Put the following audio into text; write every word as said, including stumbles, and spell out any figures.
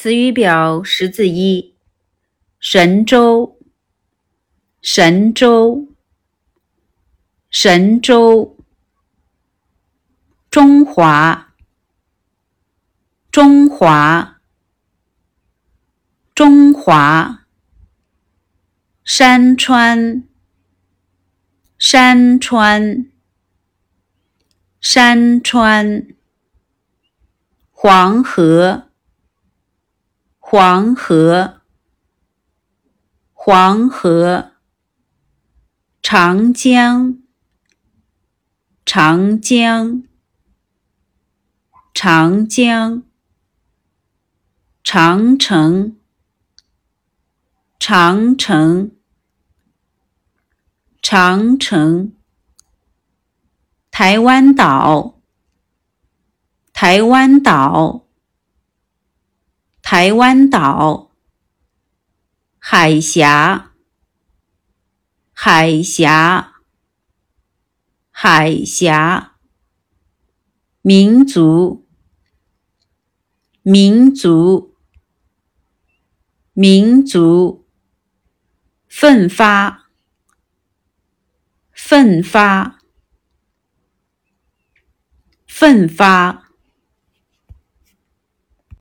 词语表十字一：神州，神州，神州；中华，中华，中华；山川，山川，山川；黄河，黄河，黄河；长江，长江，长江；长城，长城，长城；台湾岛，台湾岛，台湾岛；海峡，海峡，海峡；民族，民族，民族；奋发，奋发，奋发；